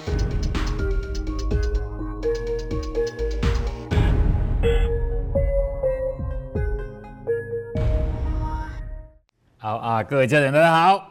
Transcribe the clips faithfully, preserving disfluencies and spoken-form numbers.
好啊，各位家长大家好。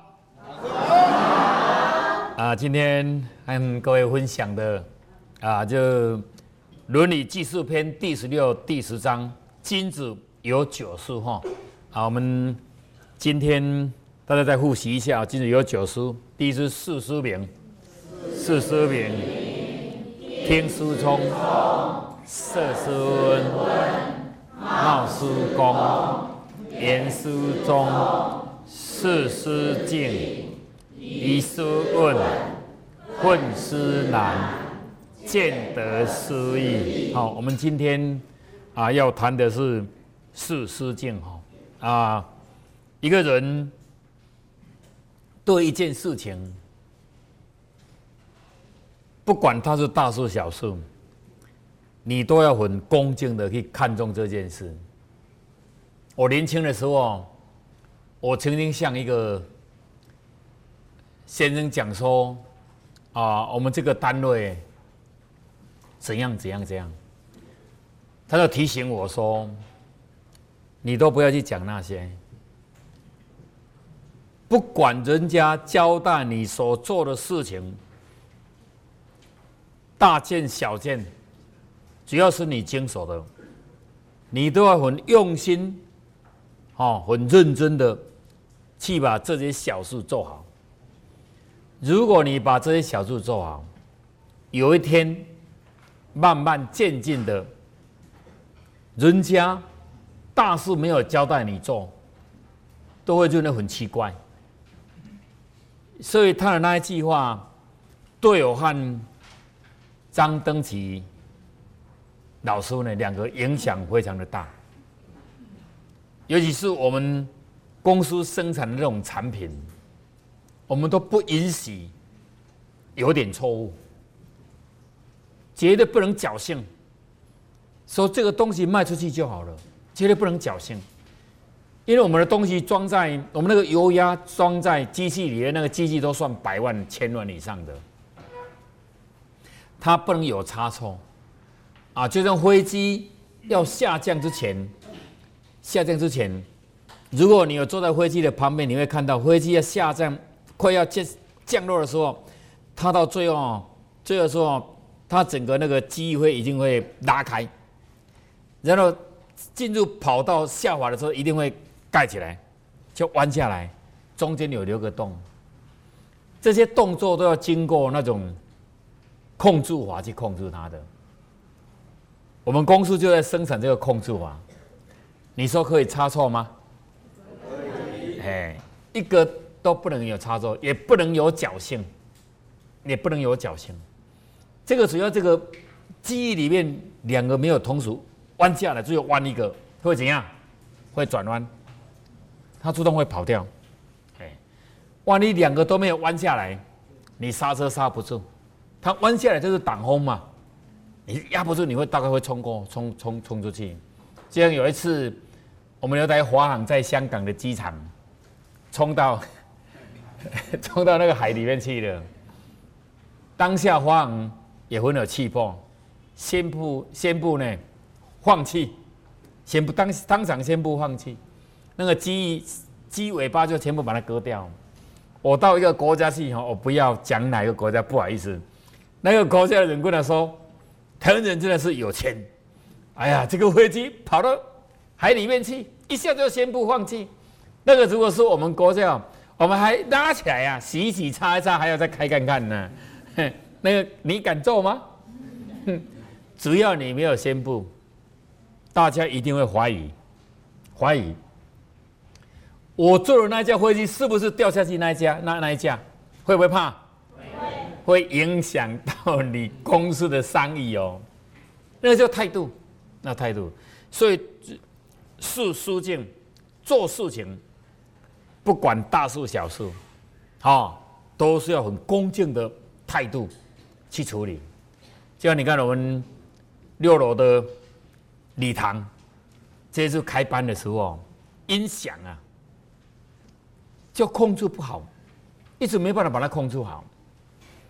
啊，今天和各位分享的啊，就《论语记事篇》第十六、第十章，君子有九书哈。啊，我们今天大家再复习一下，君子有九书。第一是四书名，四书名，听书聪，色书温，貌书恭，言书忠。事书敬，疑书问，问书难，见得书易。好，我们今天啊要谈的是事书敬哈啊，一个人对一件事情，不管它是大事小事，你都要很恭敬的去看重这件事。我年轻的时候，我曾经向一个先生讲说，啊，我们这个单位怎样怎样怎样，他就提醒我说，你都不要去讲那些，不管人家交代你所做的事情，大件小件，只要是你经手的，你都要很用心，哦，很认真的去把这些小事做好。如果你把这些小事做好，有一天慢慢渐进的，人家大事没有交代你做，都会觉得很奇怪。所以他的那一句话，对我和张登奇老师呢两个影响非常的大。尤其是我们公司生产的这种产品，我们都不允许有点错误，绝对不能侥幸，说这个东西卖出去就好了，绝对不能侥幸。因为我们的东西装在我们那个油压装在机器里面，那个机器都算百万、千万以上的，它不能有差错啊！就像飞机要下降之前，下降之前，如果你有坐在飞机的旁边，你会看到飞机要下降、快要降降落的时候，它到最后，最后的时候，它整个那个机会已经会拉开，然后进入跑道下滑的时候，一定会盖起来，就弯下来，中间有留个洞。这些动作都要经过那种控制法去控制它的。我们公司就在生产这个控制法，你说可以差错吗？可以。哎，一个都不能有差错，也不能有侥幸，也不能有侥幸。这个主要这个记忆里面两个没有同时弯下来，只有弯一个，会怎样？会转弯，它自动会跑掉。哎，万一两个都没有弯下来，你刹车刹不住，它弯下来就是挡风嘛，你压不住，你会大概会冲过，冲冲冲出去。就像有一次，我们有台华航在香港的机场冲到冲到那个海里面去了，当下华航也很有气魄，宣布宣布呢放弃，宣布当当场宣布放弃，那个机机尾巴就全部把它割掉。我到一个国家去，我不要讲哪个国家，不好意思，那个国家的人跟他说，台湾人真的是有钱，哎呀，这个飞机跑到海里面去，一下就宣布放弃。那个如果是我们国家，我们还拉起来呀、啊，洗一洗、擦一擦，还要再开看看呢。那个你敢做吗？只要你没有宣布，大家一定会怀疑，怀疑我坐的那架飞机是不是掉下去那一架？那那一架会不会怕？会，会影响到你公司的商誉哦。那个叫态度，那态度。所以事书敬，做事情不管大事小事，哦，都是要很恭敬的态度去处理。就像你看我们六楼的礼堂，这次开班的时候，音响啊，就控制不好，一直没办法把它控制好。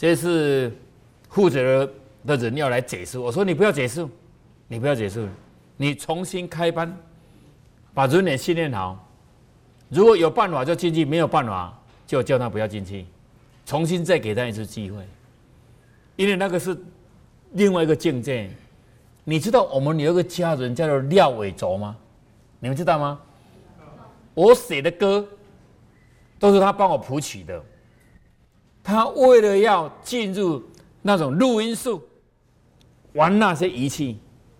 这是负责的人要来解释。我说你不要解释，你不要解释，你重新开班，把人脸训练好。如果有办法就进去，没有办法就叫他不要进去，重新再给他一次机会。因为那个是另外一个境界。你知道我们有一个家人叫做廖伟洲吗？你们知道吗？我写的歌都是他帮我谱曲的。他为了要进入那种录音室，玩那些仪器，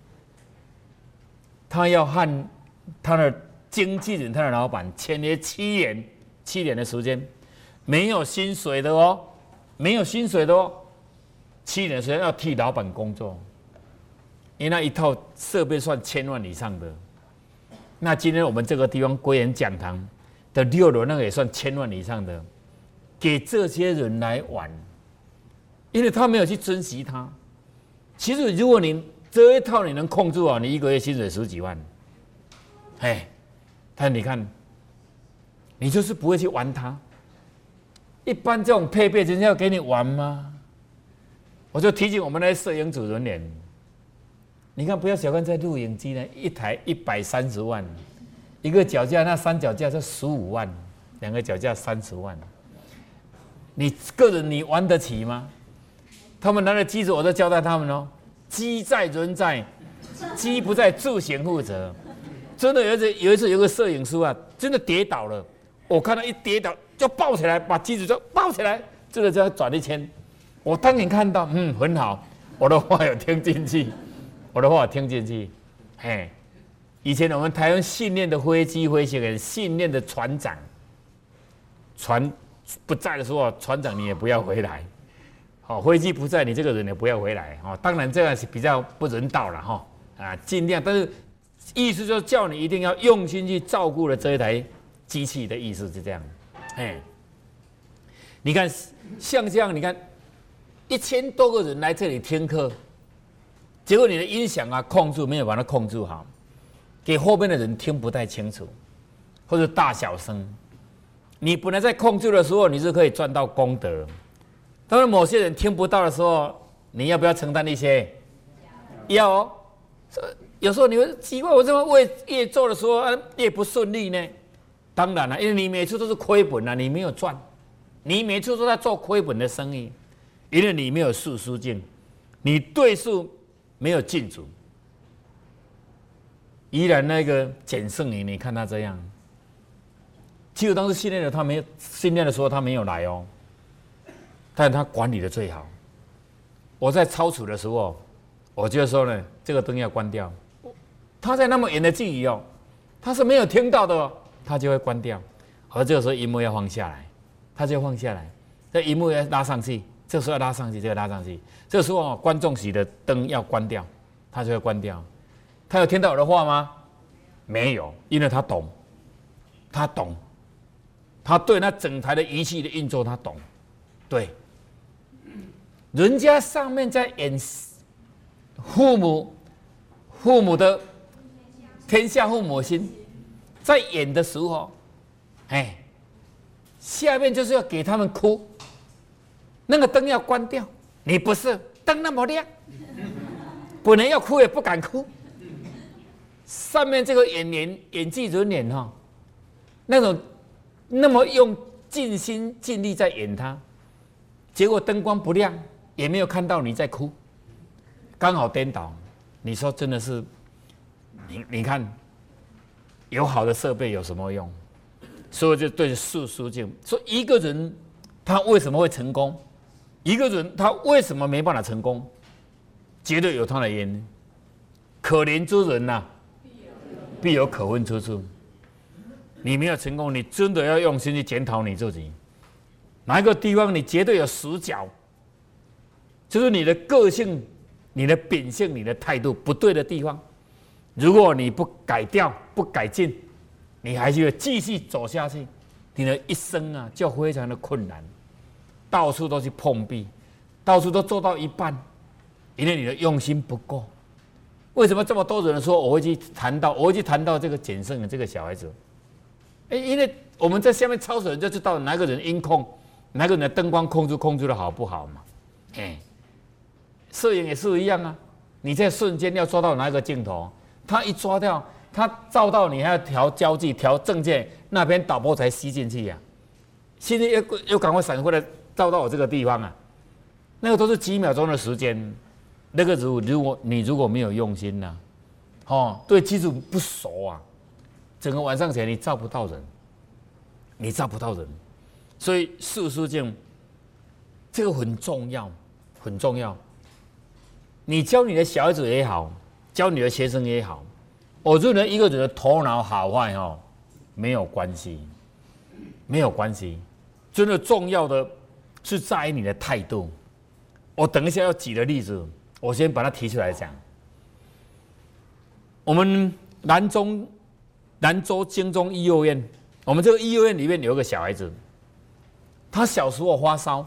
他要和他的经纪人、他的老板签约七年，七年的时间，没有薪水的哦，没有薪水的哦，七年的时间要替老板工作，因为那一套设备算千万以上的。那今天我们这个地方归元讲堂的六楼那个也算千万以上的，给这些人来玩，因为他没有去珍惜它。其实如果你这一套你能控制好，你一个月薪水十几万，哎，但你看，你就是不会去玩它。一般这种配备，人家要给你玩吗？我就提醒我们那些摄影组人员，你看不要小看这录影机呢，一台一百三十万，一个脚架那三脚架就十五万，两个脚架三十万，你个人你玩得起吗？他们拿的机子我都交代他们哦，机在人在，机不在自行负责。真的有一次有一次有个摄影师啊，真的跌倒了，我看到一跌倒就抱起来，把机子就抱起来，真的就要转一圈。我当年看到，嗯，很好，我的话有听进去，我的话有听进去。嘿，以前我们台湾训练的飞机飞行员，训练的船长，船不在的时候，船长你也不要回来。哦，飞机不在，你这个人也不要回来。哦，当然这样是比较不人道了哈。啊，尽量，但是意思就是叫你一定要用心去照顾了这一台机器的意思是这样。哎，你看像这样，你看一千多个人来这里听课，结果你的音响啊控制没有把它控制好，给后面的人听不太清楚，或者大小声。你本来在控制的时候，你是可以赚到功德。当然，某些人听不到的时候，你要不要承担一些？要哦。有时候你会奇怪，我怎么为业做的时候越不顺利呢？当然了，因为你每次都是亏本啊，你没有赚，你每次都在做亏本的生意，因为你没有数输进，你对数没有进足。依然那个简胜宇，你看他这样，其实当时训练的他没有训练的时候他没有来哦。但他管理的最好。我在超处的时候，我就说呢，这个灯要关掉。他在那么远的距离哦，他是没有听到的哦，他就会关掉。而这个时候荧幕要放下来，他就放下来。这荧幕要拉上去，这时候要拉上去，就要拉上去。这个时候哦，观众席的灯要关掉，他就会关掉。他有听到我的话吗？没有，因为他懂，他懂，他对那整台的仪器的运作他懂，对。人家上面在演父母，父母的天下父母心，在演的时候，哎，下面就是要给他们哭，那个灯要关掉。你不是灯那么亮，本来要哭也不敢哭。上面这个演员、演技人员哈，那种那么用尽心尽力在演他，结果灯光不亮。也没有看到你在哭，刚好颠倒。你说真的是，你你看，有好的设备有什么用？所以就对数输进。说一个人他为什么会成功？一个人他为什么没办法成功？绝对有他的原因。可怜之人呐、啊，必有可恨之处。你没有成功，你真的要用心去检讨你自己，哪一个地方你绝对有死角。就是你的个性、你的秉性、你的态度不对的地方，如果你不改掉、不改进，你还是会继续走下去，你的一生啊就非常的困难，到处都去碰壁，到处都做到一半，因为你的用心不够。为什么这么多人说我会去谈到，我会去谈到这个简胜的这个小孩子？哎，因为我们在下面操作人就知道哪个人音控，哪个人的灯光控制控制的好不好嘛。 哎，摄影也是一样啊，你在瞬间要抓到哪一个镜头，它一抓掉，它照到你还要调焦距、调正界，那边导播才吸进去呀、啊，吸进又又赶快闪回来照到我这个地方啊，那个都是几秒钟的时间，那个如如果你如果没有用心呢、啊，哦，对机组不熟啊，整个晚上起来你照不到人，你照不到人，所以视视镜这个很重要，很重要。你教你的小孩子也好，教你的学生也好，我认为一个人的头脑好坏哦，没有关系，没有关系，真的重要的是在于你的态度。我等一下要举的例子，我先把它提出来讲。我们南中南州京中医幼院，我们这个医幼院里面有一个小孩子，他小时候发烧，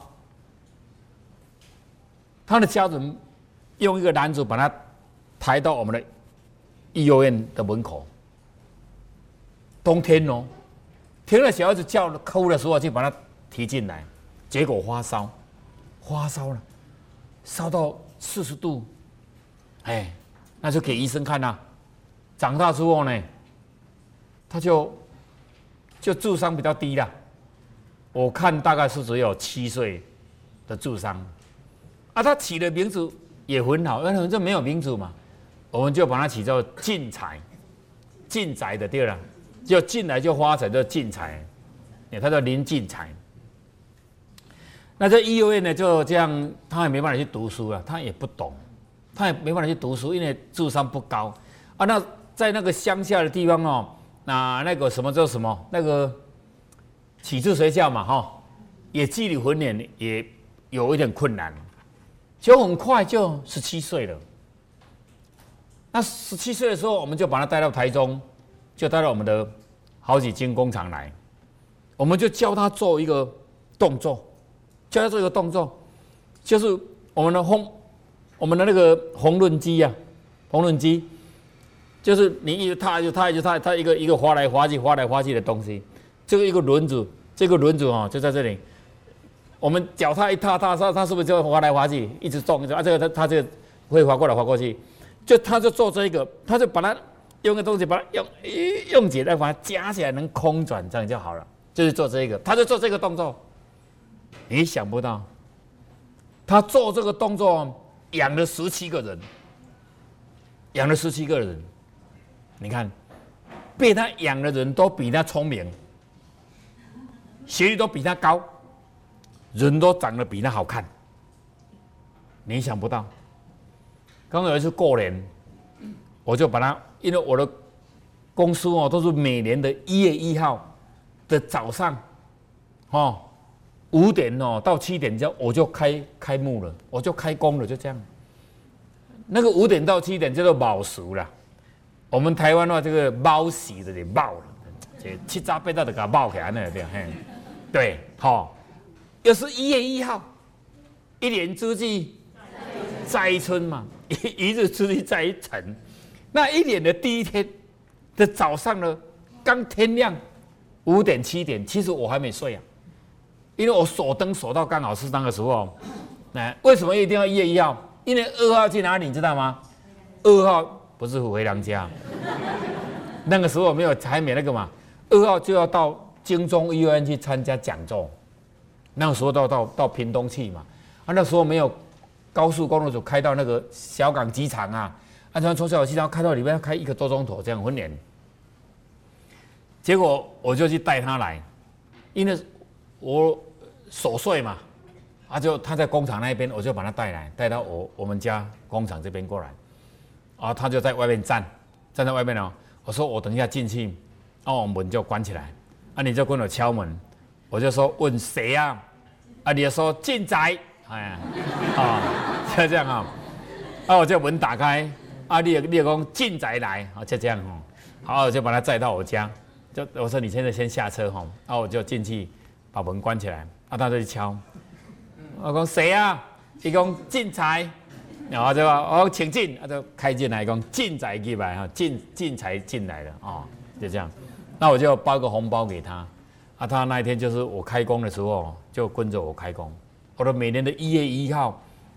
他的家人用一个篮子把他抬到我们的医幼院的门口。冬天哦，听了小孩子叫哭的时候，就把他提进来，结果发烧，发烧了，烧到四十度，哎，那就给医生看啦、啊。长大之后呢，他就就智商比较低啦，我看大概是只有七岁的智商，啊，他起的名字也很好，因为这没有名字嘛，我们就把它起叫进财，进财的对了，就进来就发财，就进财，他叫林进财。那这医幼院呢，就这样，他也没办法去读书了，他也不懂，他也没办法去读书，因为智商不高啊。那在那个乡下的地方哦，那那个什么叫什么那个启智学校嘛，哈、哦，也纪律训练也有一点困难，就很快就十七岁了。那十七岁的时候，我们就把他带到台中，就带到我们的好几间工厂来，我们就教他做一个动作，教他做一个动作，就是我们的烘，我们的那个烘纶机呀、啊，烘纶机。就是你一直踏就踏就踏，它一个一个滑来滑去、滑来滑去的东西。这个一个轮子，这个轮子哦就在这里。我们脚踏一踏踏，它它是不是就滑来滑去，一直动？啊，这个它它这个会滑过来滑过去。就他就做这个，他就把它用个东西把它用用起来，把它夹起来能空转，这样就好了。就是做这个，他就做这个动作。你想不到，他做这个动作养了十七个人，养了十七个人。你看，被他养的人都比他聪明，学历都比他高，人都长得比他好看。你想不到，刚有一次过年，我就把他，因为我的公司哦都是每年的一月一号的早上，哦五点哦到七点就我就开开幕了，我就开工了，就这样。那个五点到七点叫做卯时啦。我们台湾话这个卯时就是卯了，这七早八早就给它卯起来那对，嘿，对，好、哦，又是一月一号，一年之计在于春嘛，一日之计在于晨。那一年的第一天的早上呢，刚天亮五点七点，其实我还没睡啊，因为我锁灯锁到刚好是那个时候。那为什么一定要一月一号？因为二号去哪里，你知道吗？二号。不是回娘家，那个时候没有还没那个嘛，二号就要到京中医院去参加讲座，那个时候到到到屏东去嘛，啊那时候没有高速公路就开到那个小港机场啊，安全从小港机场开到里面要开一个多钟头这样很远，结果我就去带他来，因为我守岁嘛，啊就他在工厂那边，我就把他带来，带到我我们家工厂这边过来。啊，他就在外面站，站在外面哦。我说我等一下进去，哦，门就关起来。啊，你就跟我敲门，我就说问谁啊？啊，你就说进宅，哎呀，啊，就这样啊。啊，我就门打开，啊，你你讲进宅来，啊，就这样哦。好，我就把他载到我家，就我说你现在先下车哈，啊，我就进去把门关起来，啊，他就去敲，我讲谁啊？他讲进宅。然后就说哦，请进，啊，就开进来，讲进宅进来哈，进进才进来了哦，就这样。那我就包个红包给他，啊，他那一天就是我开工的时候就跟着我开工。我的每年的一月一号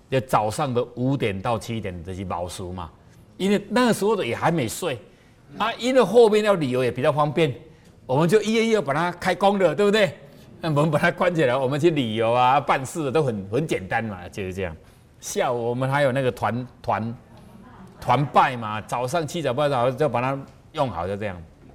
就早上的五点到七点就是卯时嘛，因为那个时候的也还没睡啊，因为后面要旅游也比较方便，我们就一页一页把它开工了，对不对？那我们把它关起来，我们去旅游啊、办事都很很简单嘛，就是这样。下午我们还有那个团团团拜嘛，早上七早八早就把它用好，就这样。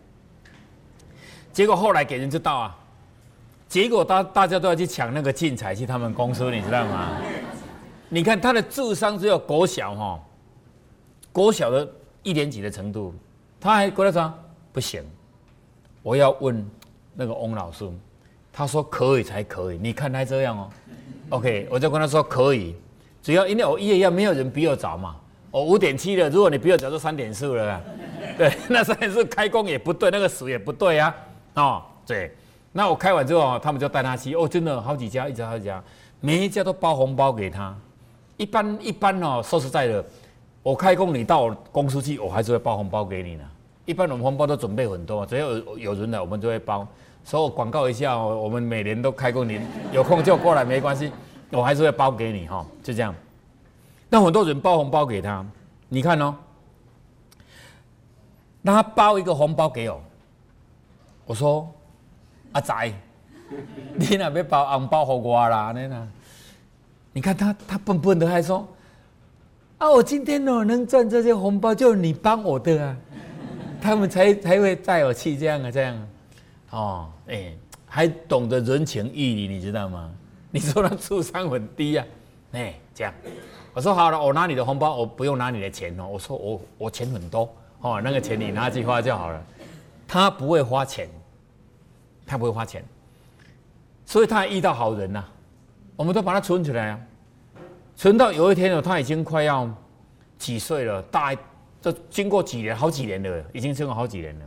结果后来给人知道啊，结果大大家都要去抢那个竞彩去他们公司，你知道吗？你看他的智商只有国小哈，国小的一年级的程度，他还跟他说不行，我要问那个翁老师，他说可以才可以，你看他这样哦 ，OK， 我就跟他说可以，只要因为我一月要没有人比我早嘛，我五点七了，如果你比我早就三点四了，对，那三点四开工也不对，那个时也不对啊，哦，对，那我开完之后，他们就带他去，哦，真的好几家，一家好几家，每一家都包红包给他。一般一般哦，说实在的，我开工你到我公司去，我还是会包红包给你呢。一般我们红包都准备很多，只要有有人来，我们就会包。所以我广告一下哦，我们每年都开工，你有空就过来没关系，我还是会包给你哈，就这样。那很多人包红包给他，你看哦，那他包一个红包给我，我说阿仔，你哪要包红包给我啦？那呢？你看他，他笨笨的还说：“啊，我今天哦能赚这些红包，就是你帮我的啊。”他们才才会带我去这样啊，这样啊，哦，哎、欸，还懂得人情义理，你知道吗？你说他智商很低啊，哎、欸，这样，我说好了，我拿你的红包，我不用拿你的钱哦。我说我我钱很多哦，那个钱你拿去花就好了。他不会花钱，他不会花钱，所以他还遇到好人呐、啊。我们都把它存起来啊，存到有一天哦，他已经快要几岁了，大这经过几年，好几年了，已经生活好几年了。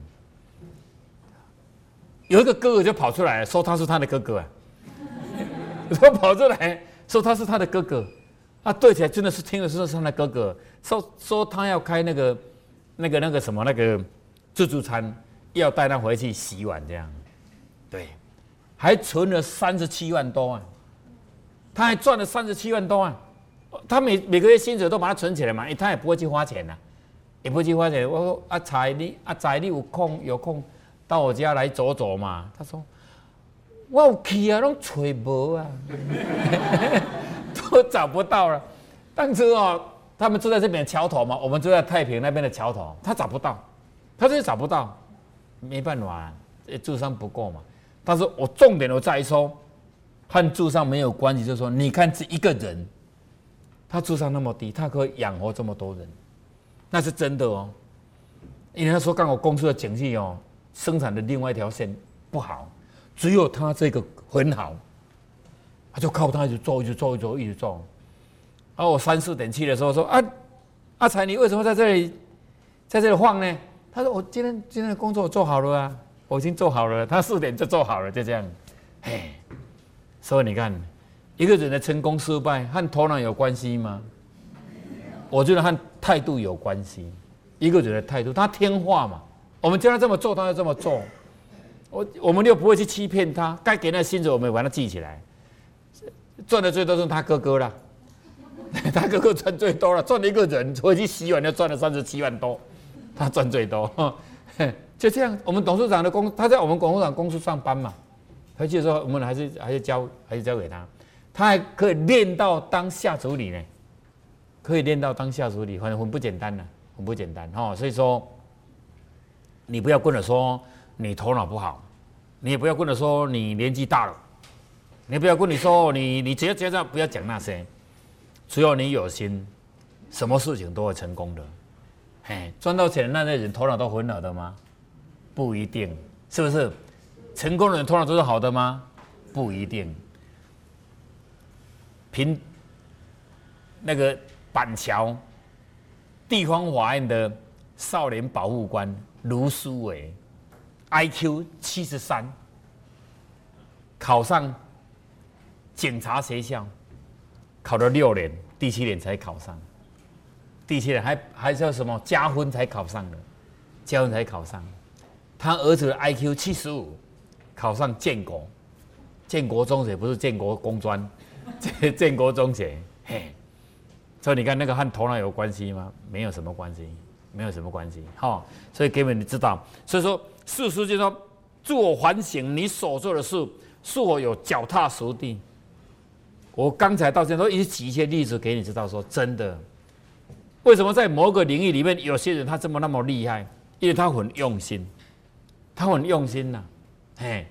有一个哥哥就跑出来说他是他的哥哥啊，他跑出来说他是他的哥哥，啊，对起来真的是听的是他的哥哥，说说他要开那个那个那个什么那个自助餐，要带他回去洗碗这样，对，还存了三十七万多万。他还赚了三十七万多万，他每每个月薪水都把它存起来嘛，他也不会去花钱呐、啊，也不会去花钱。我说阿财你阿财你有空有空到我家来走走嘛？他说我有去啊，拢找无啊，都找不到了。当时哦，他们住在这边的桥头嘛，我们住在太平那边的桥头，他找不到，他就是找不到，没办法、啊，智商不够嘛。但是我重点我在于说。和智商没有关系，就是说，你看这一个人，他智商那么低，他可以养活这么多人，那是真的哦。因为他说刚好公司的景气哦，生产的另外一条线不好，只有他这个很好，他就靠他一直做，一直做，一直做，一直做。而我三四点去的时候说啊，阿财你为什么在这里，在这里晃呢？他说我今天今天的工作我做好了啊，我已经做好了，他四点就做好了，就这样，嘿。所以你看，一个人的成功失败和头脑有关系吗？我觉得和态度有关系。一个人的态度，他听话嘛，我们叫他这么做，他就这么做。我我们又不会去欺骗他，该给那薪水我们把它记起来。赚的最多是他哥哥啦，他哥哥赚最多了，赚了一个人回去洗碗就赚了三十七万多，他赚最多。就这样，我们董事长的公，他在我们董事长公司上班嘛。回去的时候，我们还是还是交还是交给他，他还可以练到当下处理呢，可以练到当下处理，反正很不简单呢，很不简单哈、哦。所以说，你不要跟我说你头脑不好，你也不要跟我说你年纪大了，你不要跟你说你你只要只要不要讲那些，只要你有心，什么事情都会成功的。嘿，赚到钱的那些人头脑都很好的吗？不一定，是不是？成功的人头脑都是好的吗？不一定。凭那个板桥地方法院的少年保护官卢书伟 ，I Q 七十三，考上警察学校，考了六年，第七年才考上，第七年还还叫什么加分才考上的，加分才考上。他儿子的 I Q 七十五。考上建国，建国中学不是建国工专，建国中学，嘿， 所以你看那个和头脑有关系吗？没有什么关系，没有什么关系。哈、哦，所以给你们知道，所以说事实就是说，自我反省你所做的事是否有脚踏实地。我刚才到现在都一直举一些例子给你知道说，真的，为什么在某个领域里面有些人他这么那么厉害？因为他很用心，他很用心呐、啊，嘿，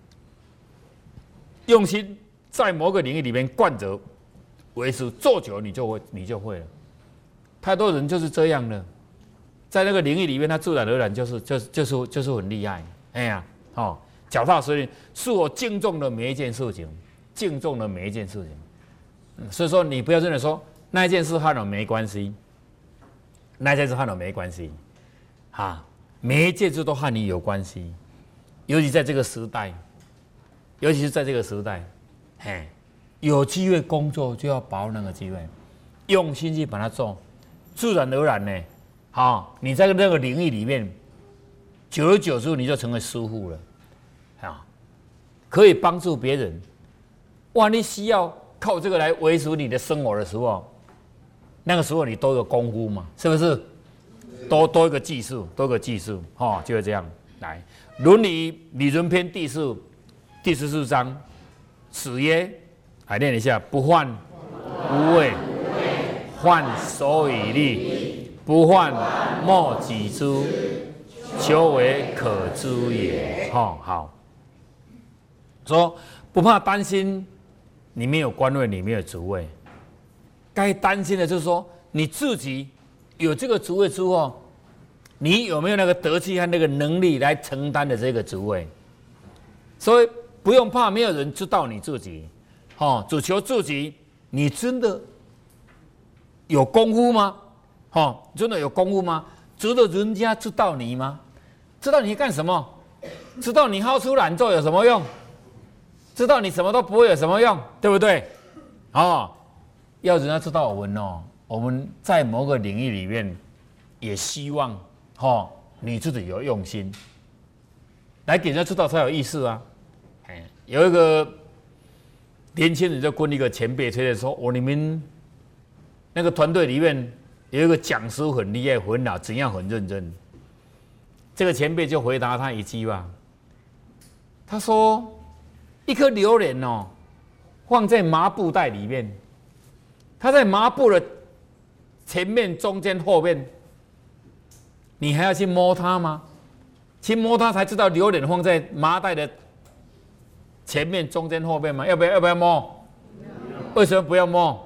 用心在某个领域里面贯彻维持，做久了你就会你就会了。太多人就是这样的，在那个领域里面，他自然而然就是就是就是就是很厉害。哎呀，哦，脚踏实地是我敬重的每一件事情，敬重的每一件事情。嗯、所以说，你不要认为说那一件事和我没关系，那一件事和我没关系。啊，每一件事都和你有关系，尤其在这个时代，尤其是在这个时代，嘿，有机会工作就要把握那个机会，用心去把它做，自然而然呢，好，你在那个领域里面，久而久之你就成为师傅了，啊，可以帮助别人。哇，你需要靠这个来维持你的生活的时候，那个时候你多有功夫嘛，是不是？多多一个技术，多一个技术，哈、哦，就是这样来。《论语·礼仁篇》第四第十四章，子曰：“来念一下，不患无位，患所以立；不患莫己知，求为可知也。”哈、哦，好，说不怕担心，你没有官位，你没有职位，该担心的就是说你自己。有这个职位之后，你有没有那个德气和那个能力来承担的这个职位？所以不用怕，没有人知道你自己，哦，只求自己。你真的有功夫吗？哦，真的有功夫吗？值得人家知道你吗？知道你干什么？知道你好吃懒做有什么用？知道你什么都不会有什么用？对不对？哦，要人家知道我们哦。我们在某个领域里面，也希望，哈、哦，你自己有用心，来给人家知道才有意思啊。哎，有一个年轻人就跟一个前辈推荐说：“我、哦、你们那个团队里面有一个讲师很厉害、很好，怎样很认真。”这个前辈就回答他一句话，他说：“一颗榴莲哦，放在麻布袋里面，它在麻布的。”前面、中间、后面，你还要去摸它吗？去摸它才知道榴莲放在麻袋的前面、中间、后面吗？要不要？要不要摸？为什么不要摸？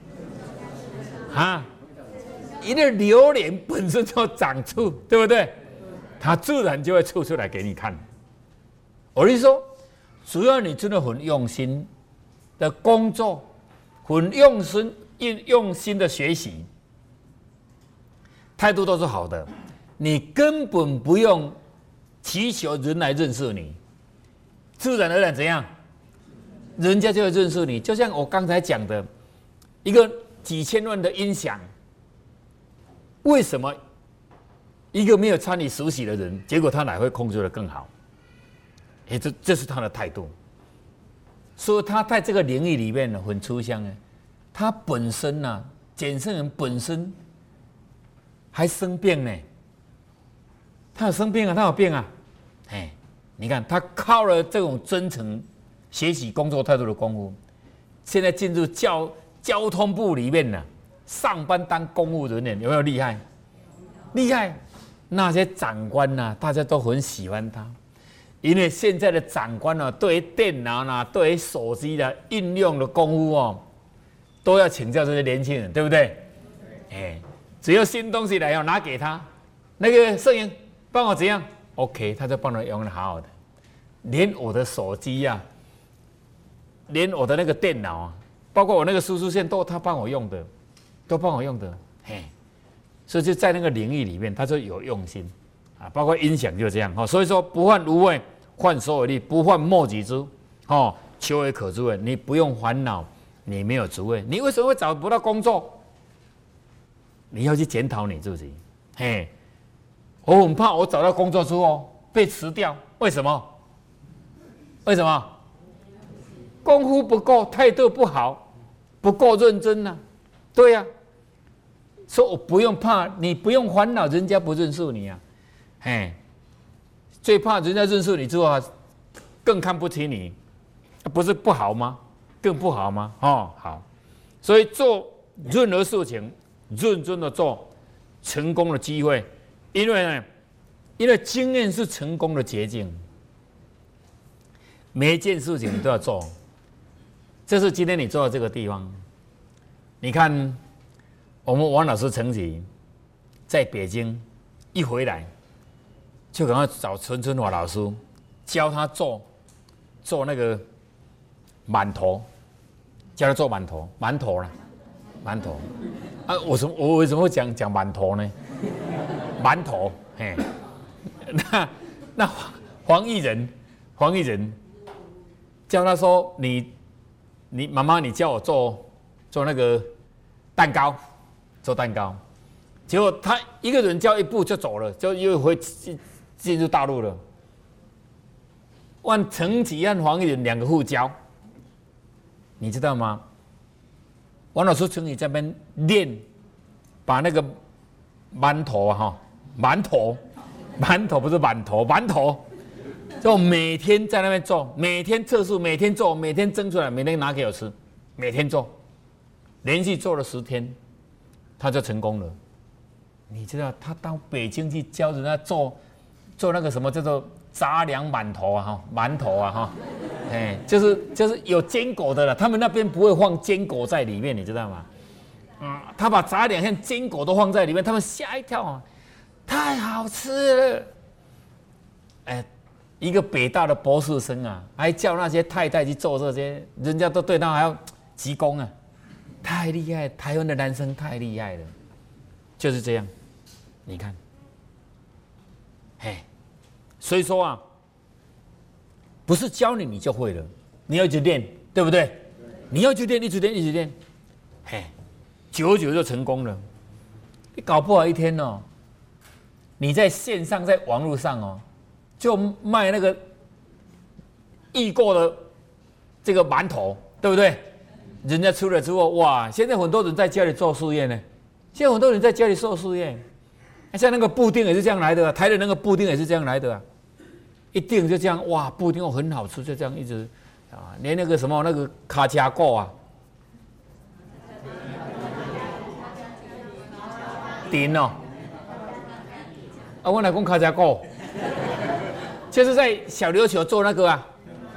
啊，因为榴莲本身就长处，对不对？它自然就会吐出来给你看。我是说，只要你真的很用心的工作，很用心、用用心的学习。态度都是好的，你根本不用祈求人来认识你，自然而然怎样，人家就会认识你。就像我刚才讲的，一个几千万的音响，为什么一个没有参与实习的人，结果他哪会控制得更好？哎，这这是他的态度。所以他在这个领域里面呢，很抽象啊。他本身呢、啊，简胜人本身。还生病呢，他有生病啊，他有病啊，哎，你看他靠了这种真诚学习工作态度的功夫，现在进入交交通部里面呢，上班当公务人员，有没有厉害？厉害！那些长官呐、啊，大家都很喜欢他，因为现在的长官呢、啊，对于电脑啦、啊，对于手机的应用的功夫哦，都要请教这些年轻人，对不对？哎。只要新东西来要拿给他，那个摄影帮我怎样 ？OK， 他就帮我用的好好的，连我的手机呀、啊，连我的那个电脑啊，包括我那个输出线都他帮我用的，都帮我用的，嘿，所以就在那个领域里面，他就有用心啊，包括音响就这样哈。所以说不患无位，患所有力；不患莫己知，哦，求为可知位。你不用烦恼，你没有职位，你为什么会找不到工作？你要去检讨你自己，嘿，我很怕我找到工作之后被辞掉，为什么？为什么？功夫不够，态度不好，不够认真呐、啊。对呀、啊， 说我不用怕，你不用烦恼，人家不认识你啊，嘿，最怕人家认识你之后啊，更看不起你，不是不好吗？更不好吗？哦，好，所以做任何事情认真的做，成功的机会，因为呢，因为经验是成功的捷径，每一件事情你都要做。这是今天你坐的这个地方，你看我们王老师曾经在北京一回来，就赶快找陈春华老师教他做做那个馒头，教他做馒头，馒头啦，馒头啊！我什我为什么会讲讲馒头呢？馒头，嘿，那那黄黄义仁，黄义仁教他说你。你妈妈，你叫我做做那个蛋糕，做蛋糕，结果他一个人叫一步就走了，就又回进进入大陆了。万陈启和黄义仁两个互教，你知道吗？王老师曾经在那边练，把那个馒头啊哈，馒头，馒头不是馒头，馒头。就每天在那边做，每天测试，每天做，每天蒸出来，每天拿给我吃，每天做，连续做了十天，他就成功了。你知道他到北京去教人家做做那个什么叫做杂粮馒头啊哈，馒头啊哈，哎，就是就是有坚果的了。他们那边不会放坚果在里面，你知道吗？嗯，他把杂粮和坚果都放在里面，他们吓一跳啊，太好吃了，哎。一个北大的博士生啊，还叫那些太太去做这些，人家都对他还要鞠躬啊，太厉害！台湾的男生太厉害了，就是这样。你看，嘿，所以说啊，不是教你你就会了，你要一直练，对不对？你要去练，一直练，一直练，嘿，久久就成功了。你搞不好一天哦，你在线上，在网络上哦。就卖那个易过的这个馒头，对不对？人家出来之后，哇！现在很多人在家里做事业呢。现在很多人在家里做事业，像那个布丁也是这样来的、啊，台的那个布丁也是这样来的、啊。一定就这样，哇！布丁又很好吃，就这样一直啊，连那个什么那个卡加果啊，丁哦，啊，我来讲卡加果。就是在小琉球做那个啊，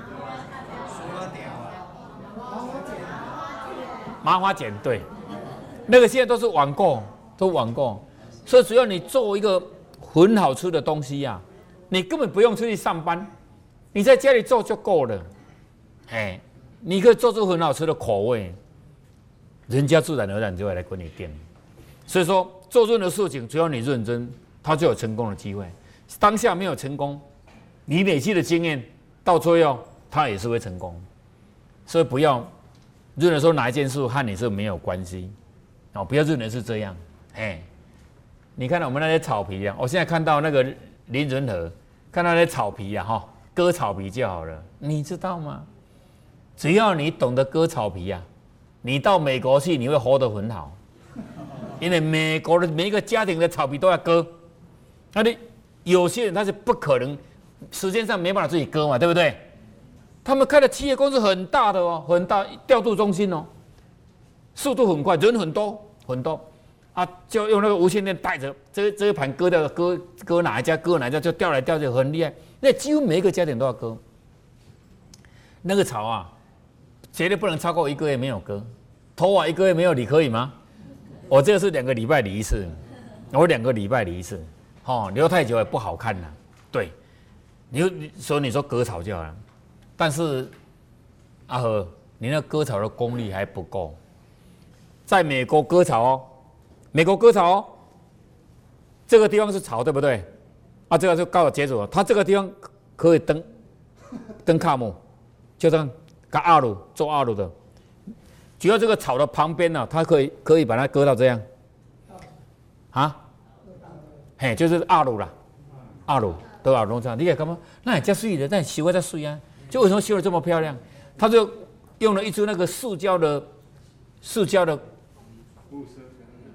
麻花剪，对，那个现在都是网购，都网购，所以只要你做一个很好吃的东西呀、啊，你根本不用出去上班，你在家里做就够了，哎，你可以做出很好吃的口味，人家自然而然就会来跟你订。所以说，做任何事情，只要你认真，它就有成功的机会。当下没有成功。你累积的经验，到最后他也是会成功，所以不要认为说哪一件事和你是没有关系，哦，不要认为是这样，哎，你看到我们那些草皮啊，我现在看到那个林仁和，看到那些草皮啊，哈，割草皮就好了，你知道吗？只要你懂得割草皮啊，你到美国去你会活得很好，因为美国的每一个家庭的草皮都要割，那你有些人他是不可能。时间上没办法自己割嘛，对不对？他们开的企业公司很大的哦，很大调度中心哦，速度很快，人很多很多啊，就用那个无线电带着，这这一盘割掉，割割哪一家，割哪一家，就调来调去，很厉害。那几乎每一个家庭都要割。那个草啊，绝对不能超过一个月没有割。头发一个月没有理可以吗？我这个是两个礼拜理一次，我两个礼拜理一次，哦，留太久也不好看了，对。你所以你说割草就好了，但是阿和，你那割草的功力还不够。在美国割草哦，美国割草哦，这个地方是草，对不对？啊，这个就告我截住，它这个地方可以登登卡木，就这样搞二路做二路的，只要这个草的旁边呢、啊，它可以可以把它割到这样，啊，嘿，就是二路啦，二路。都要弄这样，你也干嘛？那也加水的，那你修在水啊？就为什么修的这么漂亮？他就用了一支那个塑胶的、塑胶的，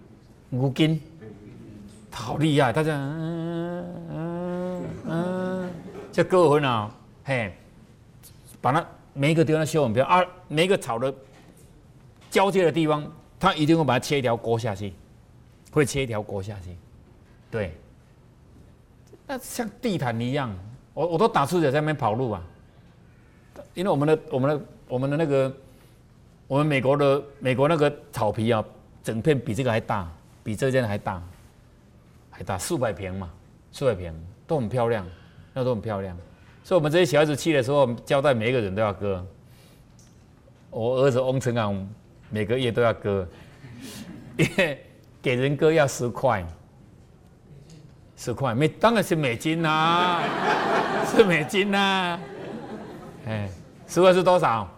五金，好厉害！大家嗯嗯嗯，这割分啊，嘿，把它每一个地方修很漂亮啊，每一个草的交界的地方，它一定会把它切一条沟下去，会切一条沟下去，对。那像地毯一样，我我都打出脚在那边跑路啊，因为我们的我们的我们的那个，我们美国的美国那个草皮啊，整片比这个还大，比这件还大，还大数百平嘛，数百平都很漂亮，那都很漂亮。所以我们这些小孩子去的时候，交代每一个人都要割。我儿子翁成昂每个月都要割，因为给人割要十块。十块美当然是美金啦、啊，是美金啦、啊。哎，十块是多少？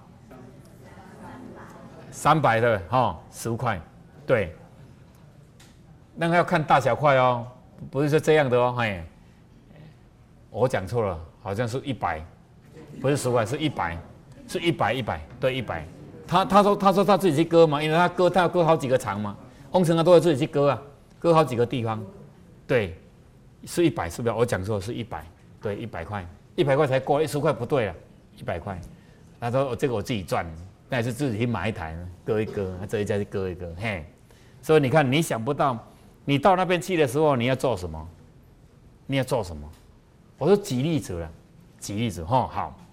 三百的哈，十块，对。那个要看大小块哦，不是说这样的哦，哎，我讲错了，好像是一百，不是十块，是一百，是一百一百，对一百。他他说他说他自己去割嘛，因为他割他要割好几个场嘛，翁成啊都会自己去割啊，割好几个地方，对。是一百是不是？我讲错是一百，对，一百块，一百块才过，一十块不对了，一百块。他说：“我这个我自己赚，那也是自己去买一台，割一割，这一家就割一割，嘿。所以你看，你想不到，你到那边去的时候，你要做什么？你要做什么？我说举例子了，举例子哈，好。